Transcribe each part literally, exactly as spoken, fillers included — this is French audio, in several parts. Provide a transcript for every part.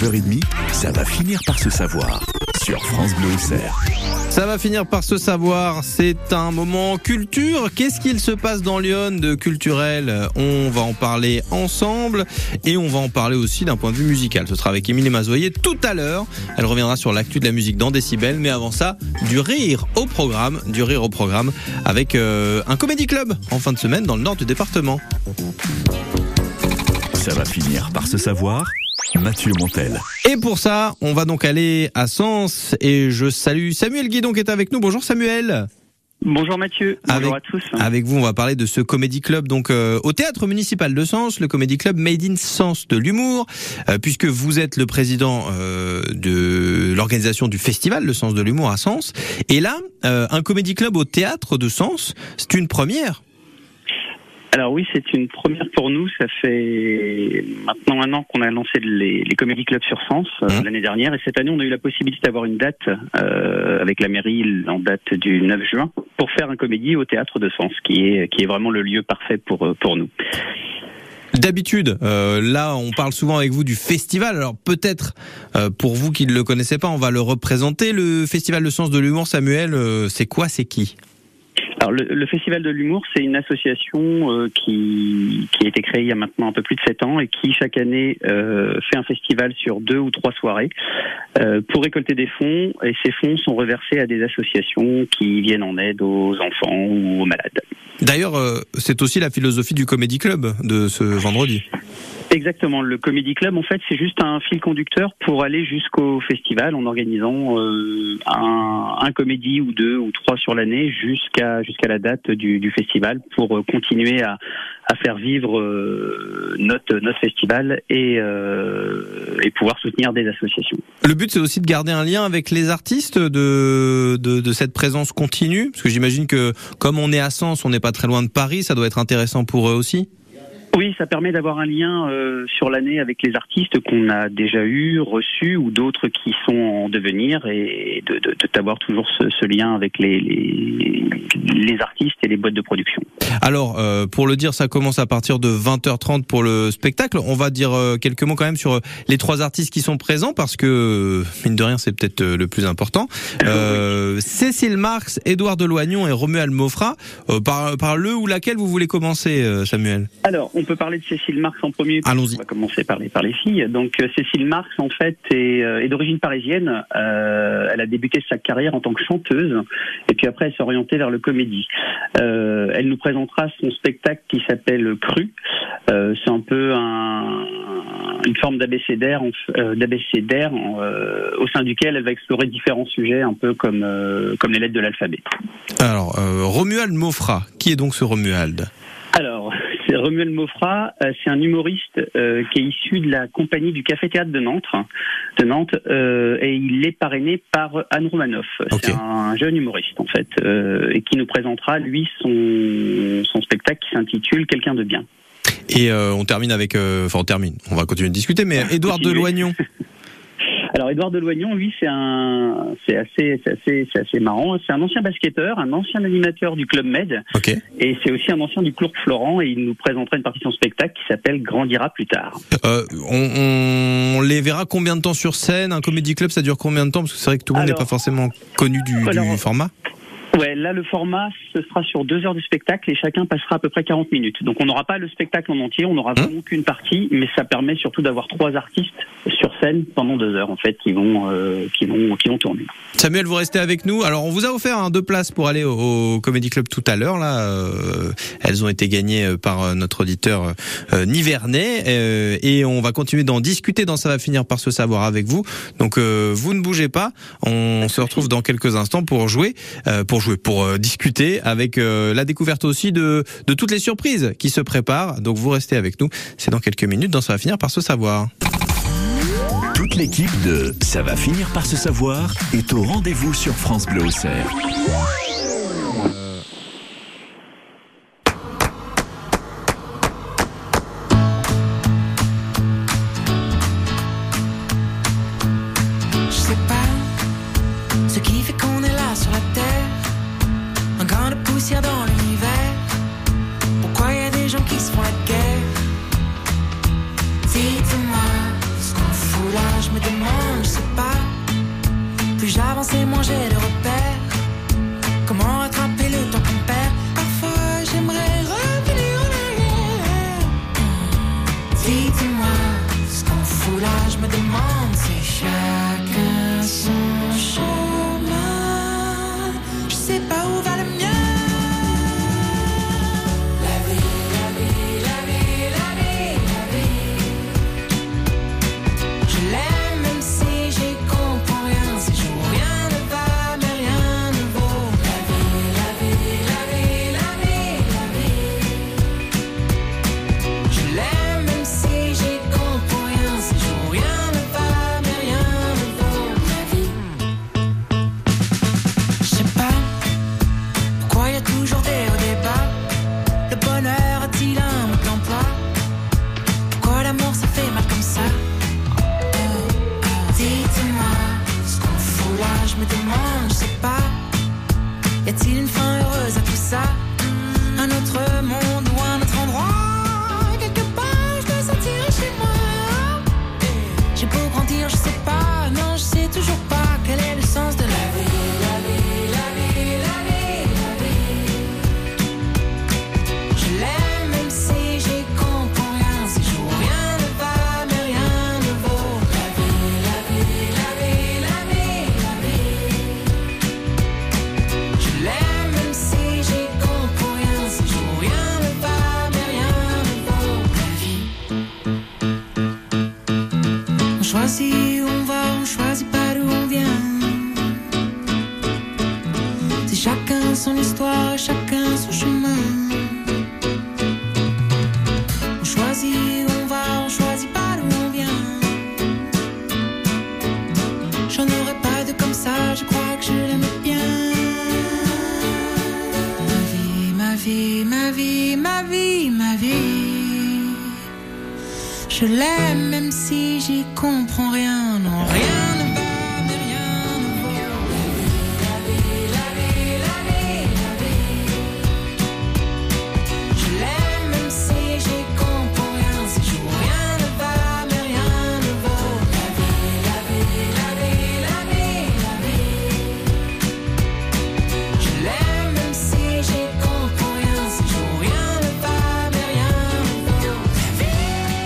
neuf heures trente, ça va finir par se savoir sur France Bleu Auxerre. Ça va finir par se savoir, c'est un moment culture. Qu'est-ce qu'il se passe dans Lyon de culturel ? On va en parler ensemble et on va en parler aussi d'un point de vue musical. Ce sera avec Émilie Mazoyer tout à l'heure. Elle reviendra sur l'actu de la musique dans Décibel, mais avant ça, du rire au programme, du rire au programme avec euh, un comédie club en fin de semaine dans le nord du département. Ça va finir par se savoir. Mathieu Montel. Et pour ça, on va donc aller à Sens et je salue Samuel Guidon qui est avec nous. Bonjour Samuel. Bonjour Mathieu, bonjour avec, à tous. Avec vous, on va parler de ce comédie club donc euh, au théâtre municipal de Sens, le comédie club Made in Sens de l'humour, euh, puisque vous êtes le président euh, de l'organisation du festival Le Sens de l'humour à Sens. Et là, euh, un comédie club au théâtre de Sens, c'est une première. Alors oui, c'est une première pour nous. Ça fait maintenant un an qu'on a lancé les, les comédie clubs sur Sens euh, mmh. l'année dernière, et cette année on a eu la possibilité d'avoir une date euh, avec la mairie en date du neuf juin pour faire un comédie au théâtre de Sens, qui est qui est vraiment le lieu parfait pour pour nous. D'habitude, euh, là, on parle souvent avec vous du festival. Alors peut-être, euh, pour vous qui ne le connaissez pas, on va le représenter. Le festival Le Sens de l'humour, Samuel, euh, c'est quoi, c'est qui ? Alors le, le Festival de l'humour, c'est une association euh, qui, qui a été créée il y a maintenant un peu plus de sept ans et qui chaque année euh, fait un festival sur deux ou trois soirées euh, pour récolter des fonds, et ces fonds sont reversés à des associations qui viennent en aide aux enfants ou aux malades. D'ailleurs, euh, c'est aussi la philosophie du Comedy Club de ce vendredi. Exactement. Le Comedy Club, en fait, c'est juste un fil conducteur pour aller jusqu'au festival en organisant euh, un, un comédie ou deux ou trois sur l'année jusqu'à jusqu'à la date du, du festival pour euh, continuer à, à faire vivre euh, notre notre festival et euh, et pouvoir soutenir des associations. Le but, c'est aussi de garder un lien avec les artistes de de, de cette présence continue, parce que j'imagine que comme on est à Sens, on n'est pas très loin de Paris, ça doit être intéressant pour eux aussi. Oui, ça permet d'avoir un lien euh, sur l'année avec les artistes qu'on a déjà eu, reçus, ou d'autres qui sont en devenir, et de, de, de d'avoir toujours ce, ce lien avec les, les, les artistes et les boîtes de production. Alors, euh, pour le dire, ça commence à partir de vingt heures trente pour le spectacle. On va dire euh, quelques mots quand même sur les trois artistes qui sont présents, parce que, mine de rien, c'est peut-être le plus important. Euh, oui. Cécile Marx, Édouard Deloignon et Romuald Mofra. Euh, par, par le ou laquelle vous voulez commencer, euh, Samuel ? Alors, on peut parler de Cécile Marx en premier. Allons-y. On va commencer par les, par les filles. Donc, euh, Cécile Marx, en fait, est, euh, est d'origine parisienne. Euh, elle a débuté sa carrière en tant que chanteuse, et puis après, elle s'est orientée vers le comédie. Euh, elle nous présentera son spectacle qui s'appelle Cru. Euh, c'est un peu un, une forme d'abécédaire, euh, d'abécédaire euh, au sein duquel elle va explorer différents sujets, un peu comme, euh, comme les lettres de l'alphabet. Alors, euh, Romuald Mofra, qui est donc ce Romuald ? Alors, c'est Romuald Mofra, euh, c'est un humoriste euh, qui est issu de la compagnie du Café Théâtre de Nantes, de Nantes, euh, et il est parrainé par Anne Romanoff. Okay. C'est un jeune humoriste en fait, euh, et qui nous présentera lui son son spectacle qui s'intitule Quelqu'un de bien. Et euh, on termine avec, euh, enfin on termine, on va continuer de discuter, mais Édouard Deloignon. Alors Édouard Deloignon, lui, c'est un, c'est assez, c'est assez, c'est assez marrant. C'est un ancien basketteur, un ancien animateur du Club Med, okay. Et c'est aussi un ancien du Clour Florent. Et il nous présentera une partie de son spectacle qui s'appelle Grandira plus tard. Euh, on, on les verra combien de temps sur scène ? Un comédie club, ça dure combien de temps ? Parce que c'est vrai que tout le monde n'est pas forcément connu du, alors, du format. Ouais, là le format ce sera sur deux heures de spectacle et chacun passera à peu près quarante minutes. Donc on n'aura pas le spectacle en entier, on n'aura vraiment qu'une partie, mais ça permet surtout d'avoir trois artistes sur scène pendant deux heures en fait qui vont euh, qui vont qui vont tourner. Samuel, vous restez avec nous. Alors on vous a offert hein, deux places pour aller au, au Comedy Club tout à l'heure là. Euh, elles ont été gagnées par notre auditeur euh, Nivernais euh, et on va continuer d'en discuter dans Ça va finir par se savoir avec vous. Donc euh, vous ne bougez pas. On se retrouve dans quelques instants pour jouer euh, pour jouer, pour euh, discuter avec euh, la découverte aussi de, de toutes les surprises qui se préparent. Donc vous restez avec nous, c'est dans quelques minutes dans Ça va finir par se savoir. Toute l'équipe de Ça va finir par se savoir est au rendez-vous sur France Bleu Auxerre. Dans l'univers, pourquoi y a des gens qui se font la guerre? Dites-moi ce qu'on fout là, je me demande, je sais pas. Plus j'avance et moins j'ai de repères. Comment rattraper le temps qu'on perd? Parfois j'aimerais revenir en arrière. Dites-moi ce qu'on fout là, je me demande. C'est chacun son chemin. Je sais pas où va le mien. La vie, la vie, la vie, la vie, la vie. Je l'aime même si j'y comprends rien. Ces jours rien ne va mais rien ne vaut. La vie, la vie, la vie, la vie, la vie. Je l'aime même si j'y comprends rien. Ces jours rien ne va mais rien ne vaut. La vie. Je sais pas pourquoi y a toujours des hauts débats. Le bonheur a-t-il un mode d'emploi? Pourquoi l'amour ça fait mal comme ça? Dites-moi ce qu'on fout là, je me demande, je sais pas. Y a-t-il une fin heureuse à tout ça? Un autre monde ou un autre endroit? Quelque part je me sentirai chez moi. J'ai beau grandir, je sais pas, non je sais toujours pas quel est le sens de la vie. La vie, la vie, la vie, la vie. Je l'aime même si j'y comprends rien. Ces jours rien ne va mais rien ne vaut. La vie, la vie, la vie, la vie, la vie. Je l'aime même si j'y comprends rien. Ces jours rien ne va mais rien ne vaut. La vie. On choisit où on va, on choisit pas d'où on vient. C'est chacun son histoire, chacun son chemin. On choisit où on va, on choisit pas d'où on vient. J'en aurais pas de comme ça, je crois que je l'aime bien. Ma vie, ma vie, ma vie, ma vie, ma vie. Je l'aime même si j'y comprends rien. Non, rien ne va, mais rien ne vaut. La vie, la vie, la vie, la vie. Je l'aime même si j'y comprends rien. Ces jours rien ne va, mais rien ne vaut. La vie, la vie, la vie, la vie, la vie. Je l'aime même si j'y comprends rien. Ces jours rien ne va, mais rien ne vaut. La vie.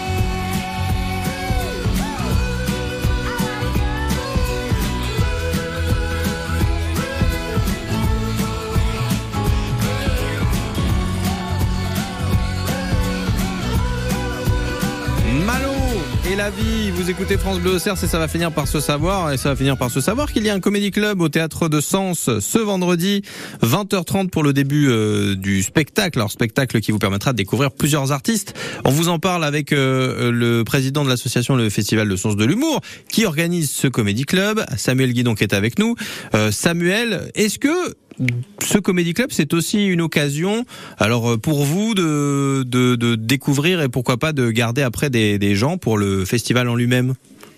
Malo et la vie, vous écoutez France Bleu Auxerre, c'est ça va finir par se savoir, et ça va finir par se savoir qu'il y a un comédie club au théâtre de Sens ce vendredi, vingt heures trente pour le début euh, du spectacle. Alors spectacle qui vous permettra de découvrir plusieurs artistes. On vous en parle avec euh, le président de l'association Le Festival de Sens de l'Humour qui organise ce comédie club, Samuel Guidon qui est avec nous. Euh, Samuel, est-ce que ce comédie club, c'est aussi une occasion, alors pour vous, de, de, de découvrir et pourquoi pas de garder après des, des gens pour le festival en lui-même?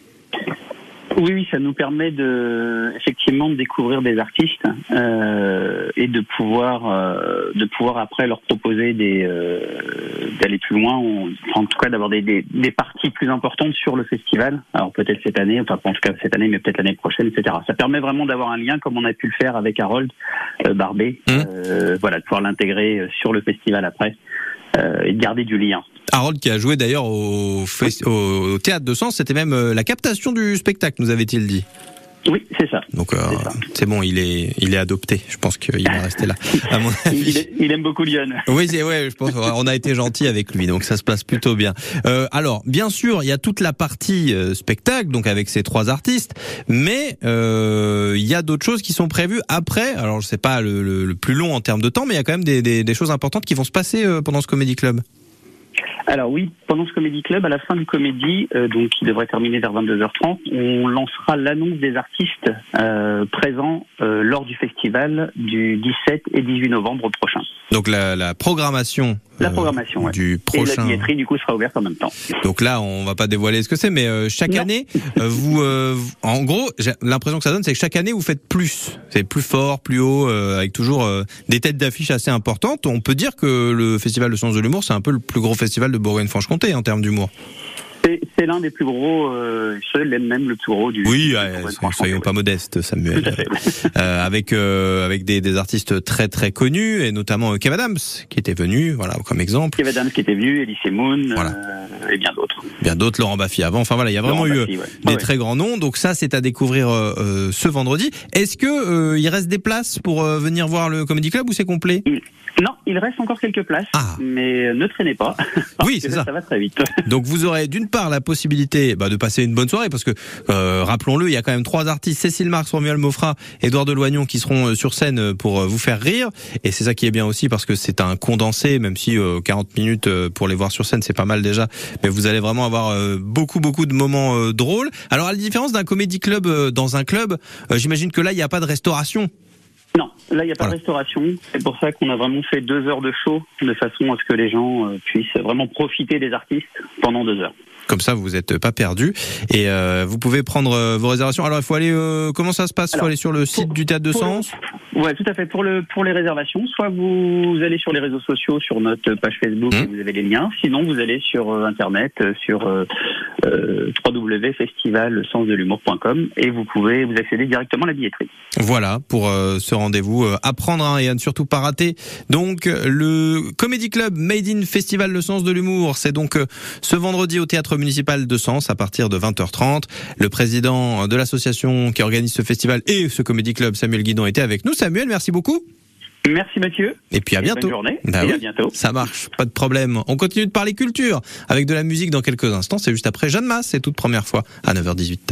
Oui, oui, ça nous permet de effectivement de découvrir des artistes euh, et de pouvoir euh, de pouvoir après leur proposer des euh, d'aller plus loin, ou, en tout cas d'avoir des, des des parties plus importantes sur le festival. Alors peut-être cette année, enfin en tout cas cette année, mais peut-être l'année prochaine, et cetera. Ça permet vraiment d'avoir un lien comme on a pu le faire avec Harold euh, Barbet, mmh. euh, voilà, de pouvoir l'intégrer sur le festival après euh, et de garder du lien. Harold qui a joué d'ailleurs au, fest... au théâtre de Sens, c'était même la captation du spectacle, nous avait-il dit. Oui, c'est ça. Donc euh, c'est, ça. C'est bon, il est, il est adopté. Je pense qu'il va rester là. À mon avis. Il, est, il aime beaucoup Lyon. Oui, c'est ouais. Je pense qu'on a été gentil avec lui, donc ça se passe plutôt bien. Euh, alors, bien sûr, il y a toute la partie euh, spectacle, donc avec ces trois artistes, mais euh, il y a d'autres choses qui sont prévues après. Alors, je sais pas le, le, le plus long en termes de temps, mais il y a quand même des, des, des choses importantes qui vont se passer euh, pendant ce Comedy Club. Alors oui, pendant ce Comedy Club, à la fin du comédie, euh, donc qui devrait terminer vers vingt-deux heures trente, on lancera l'annonce des artistes euh, présents euh, lors du festival du dix-sept et dix-huit novembre prochain. Donc la, la programmation, la programmation euh, ouais. du prochain. Et la billetterie du coup sera ouverte en même temps. Donc là, on va pas dévoiler ce que c'est, mais euh, chaque non. année, euh, vous, euh, en gros, j'ai l'impression que ça donne, c'est que chaque année vous faites plus, c'est plus fort, plus haut, euh, avec toujours euh, des têtes d'affiche assez importantes. On peut dire que le Festival de Sens de l'Humour, c'est un peu le plus gros festival de Bourgogne-Franche-Comté en termes d'humour. C'est, c'est l'un des plus gros, euh, seul même le plus gros du. Oui, ouais, soyons, soyons pas modestes, Samuel. Tout à fait. euh, avec euh, avec des, des artistes très très connus et notamment Kev Adams qui était venu, voilà comme exemple. Kev Adams qui était venu, Elise Moon voilà. euh, et bien d'autres. Bien d'autres, Laurent Baffy avant. Enfin voilà, il y a vraiment Laurent eu Baffy, ouais. des ouais. très grands noms. Donc ça, c'est à découvrir euh, ce vendredi. Est-ce que euh, il reste des places pour euh, venir voir le Comedy Club ou c'est complet? il... Non, il reste encore quelques places, ah. mais ne traînez pas. Oui, c'est ça. Ça va très vite. Donc vous aurez d'une part la possibilité bah, de passer une bonne soirée parce que euh, rappelons-le, il y a quand même trois artistes, Cécile Marx, Romuald Mofra, Édouard Deloignon qui seront sur scène pour vous faire rire et c'est ça qui est bien aussi parce que c'est un condensé, même si euh, quarante minutes pour les voir sur scène c'est pas mal déjà, mais vous allez vraiment avoir euh, beaucoup beaucoup de moments euh, drôles. Alors à la différence d'un comédie club euh, dans un club, euh, j'imagine que là il n'y a pas de restauration. Non, là il n'y a pas voilà. de restauration. C'est pour ça qu'on a vraiment fait deux heures de show de façon à ce que les gens euh, puissent vraiment profiter des artistes pendant deux heures. Comme ça, vous n'êtes pas perdu et euh, vous pouvez prendre euh, vos réservations. Alors, il faut aller. Euh, comment ça se passe? Il faut aller sur le site pour, du Théâtre de Sens. Le, ouais, tout à fait. Pour le pour les réservations, soit vous allez sur les réseaux sociaux, sur notre page Facebook, mmh. et vous avez les liens. Sinon, vous allez sur euh, internet, sur euh, euh, w w w point festival le sens de l'humour point com et vous pouvez vous accéder directement à la billetterie. Voilà pour euh, ce rendez-vous euh, à prendre hein, et à ne surtout pas rater. Donc le Comedy Club Made in Festival le sens de l'humour, c'est donc euh, ce vendredi au Théâtre municipal de Sens à partir de vingt heures trente. Le président de l'association qui organise ce festival et ce Comedy Club, Samuel Guidon, était avec nous. Samuel, merci beaucoup. Merci Mathieu. Et puis à et bientôt. Bonne journée. Bah et oui, à bientôt. Ça marche, pas de problème. On continue de parler culture avec de la musique dans quelques instants. C'est juste après Jeanne Masse, c'est toute première fois à neuf heures dix-huit.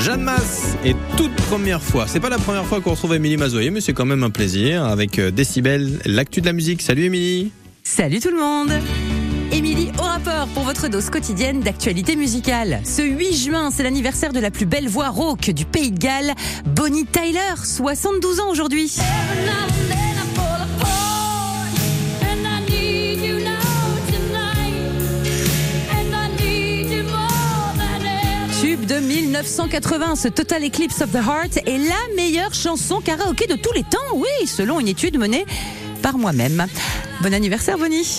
Jeanne Masse et toute première fois. C'est pas la première fois qu'on retrouve Émilie Mazoyer, mais c'est quand même un plaisir avec Décibel, l'actu de la musique. Salut Émilie. Salut tout le monde. Émilie au rapport pour votre dose quotidienne d'actualité musicale. Ce huit juin, c'est l'anniversaire de la plus belle voix rauque du Pays de Galles, Bonnie Tyler, soixante-douze ans aujourd'hui. Tube de mille neuf cent quatre-vingts, ce Total Eclipse of the Heart est la meilleure chanson karaoké de tous les temps, oui, selon une étude menée par moi-même. Bon anniversaire Bonnie.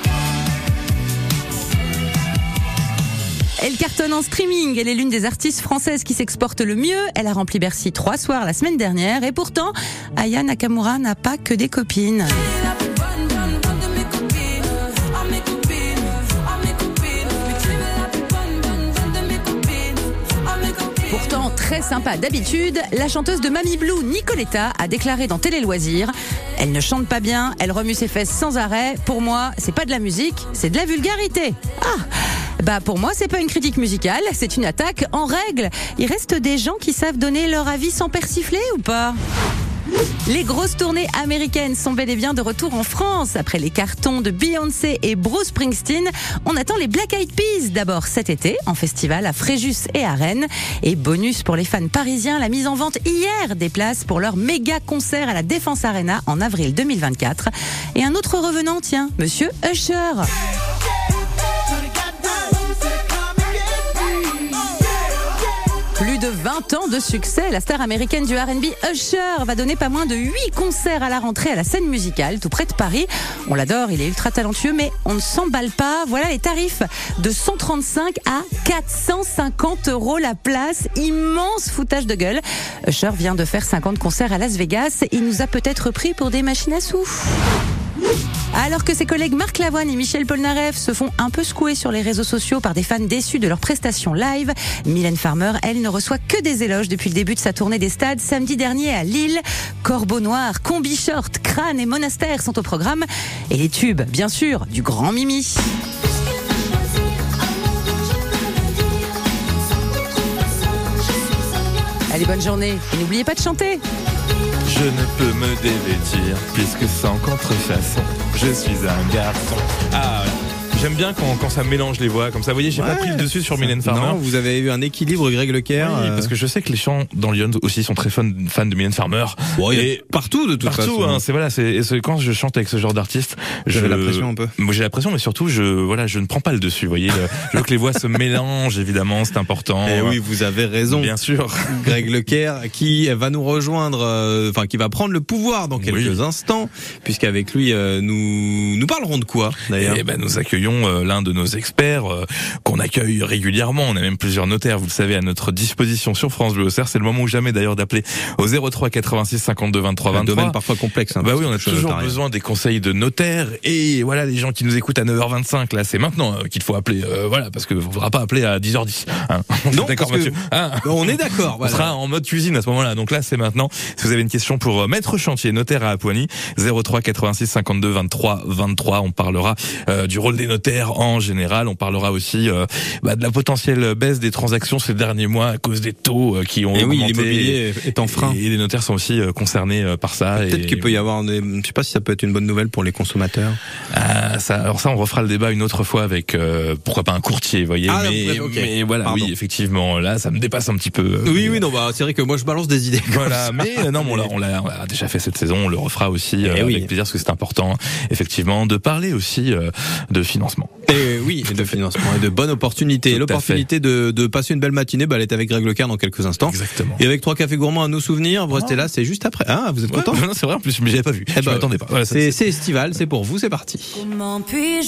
Elle cartonne en streaming, elle est l'une des artistes françaises qui s'exporte le mieux. Elle a rempli Bercy trois soirs la semaine dernière et pourtant, Aya Nakamura n'a pas que des copines. Pourtant très sympa d'habitude, la chanteuse de Mamie Blue, Nicoletta, a déclaré dans Télé Loisirs: elle ne chante pas bien, elle remue ses fesses sans arrêt. Pour moi, c'est pas de la musique, c'est de la vulgarité. Ah, bah pour moi, c'est pas une critique musicale, c'est une attaque en règle. Il reste des gens qui savent donner leur avis sans persifler ou pas ? Les grosses tournées américaines sont bel et bien de retour en France. Après les cartons de Beyoncé et Bruce Springsteen, on attend les Black Eyed Peas d'abord cet été, en festival à Fréjus et à Rennes. Et bonus pour les fans parisiens, la mise en vente hier des places pour leur méga concert à la Défense Arena en avril deux mille vingt-quatre. Et un autre revenant, tiens, Monsieur Usher. Plus de vingt ans de succès, la star américaine du R and B Usher va donner pas moins de huit concerts à la rentrée à la Scène Musicale, tout près de Paris. On l'adore, il est ultra talentueux, mais on ne s'emballe pas. Voilà les tarifs, de cent trente-cinq à quatre cent cinquante euros la place. Immense foutage de gueule. Usher vient de faire cinquante concerts à Las Vegas. Il nous a peut-être pris pour des machines à sous. Alors que ses collègues Marc Lavoine et Michel Polnareff se font un peu secouer sur les réseaux sociaux par des fans déçus de leurs prestations live, Mylène Farmer, elle, ne reçoit que des éloges depuis le début de sa tournée des stades samedi dernier à Lille. Corbeau Noir, Combi Short, Crâne et Monastère sont au programme. Et les tubes, bien sûr, du grand Mimi. Allez, bonne journée et n'oubliez pas de chanter. Je ne peux me dévêtir, puisque sans contrefaçon, je suis un garçon. Ah, j'aime bien quand, quand ça mélange les voix, comme ça. Vous voyez, j'ai ouais, pas pris le dessus sur Mylène Farmer. Non, vous avez eu un équilibre, Greg Leclerc. Oui, euh... parce que je sais que les chants dans Lyon aussi sont très fans, fans de Mylène Farmer. Ouais, et partout, de toute partout, façon. Hein, c'est voilà, c'est, c'est quand je chante avec ce genre d'artiste, j'avais je, la pression un peu. Moi, j'ai la pression, mais surtout, je, voilà, je ne prends pas le dessus. Vous voyez, le, je veux que les voix se mélangent, évidemment, c'est important. Et oui, vous avez raison. Bien sûr. Greg Leclerc, qui va nous rejoindre, enfin, euh, qui va prendre le pouvoir dans quelques oui. instants, puisqu'avec lui, euh, nous, nous parlerons de quoi, d'ailleurs? Eh ben, nous accueillons euh, l'un de nos experts euh, qu'on accueille régulièrement. On a même plusieurs notaires, vous le savez, à notre disposition sur France Bleu Auxerre. C'est le moment ou jamais d'ailleurs d'appeler au zéro trois quatre-vingt-six cinquante-deux vingt-trois vingt-trois. Un domaine parfois complexe. Hein, bah oui, on a toujours besoin des conseils de notaires. Et voilà, les gens qui nous écoutent à neuf heures vingt-cinq, là, c'est maintenant euh, qu'il faut appeler. Euh, voilà, parce que vous ne faudra pas appeler à dix heures dix. Hein. Non, d'accord, Mathieu. Ah. On est d'accord. Voilà. On sera en mode cuisine à ce moment-là. Donc là, c'est maintenant. Si vous avez une question pour euh, Maître Chantier, notaire à Apoigny, zéro trois quatre-vingt-six cinquante-deux vingt-trois vingt-trois. On parlera euh, du rôle des notaires en général. On parlera aussi euh, bah, de la potentielle baisse des transactions ces derniers mois à cause des taux euh, qui ont et augmenté. Oui, l'immobilier est en frein. Et, et les notaires sont aussi euh, concernés euh, par ça. Peut-être et... qu'il peut y avoir, des... je sais pas si ça peut être une bonne nouvelle pour les consommateurs. Ah, ça, alors ça, on refera le débat une autre fois avec euh, pourquoi pas un courtier, vous voyez. Ah, mais, bref, okay. mais voilà, Pardon. oui, effectivement, là, ça me dépasse un petit peu. Euh, oui, oui, non, bah c'est vrai que moi je balance des idées. Voilà, mais euh, non, on l'a, on l'a, on l'a déjà fait cette saison, on le refera aussi euh, oui. avec plaisir parce que c'est important, effectivement, de parler aussi euh, de financement. Et oui, et de financement et de bonnes opportunités. Tout L'opportunité de, de passer une belle matinée, bah, elle est avec Greg Leclerc dans quelques instants. Exactement. Et avec trois cafés gourmands à nos souvenirs, vous ah. restez là, c'est juste après. Ah, vous êtes ouais, content? Non, c'est vrai, en plus, mais j'avais pas vu. Eh Je bah, m'attendais pas. Voilà, c'est, c'est estival, c'est pour vous, c'est parti. Comment puis-je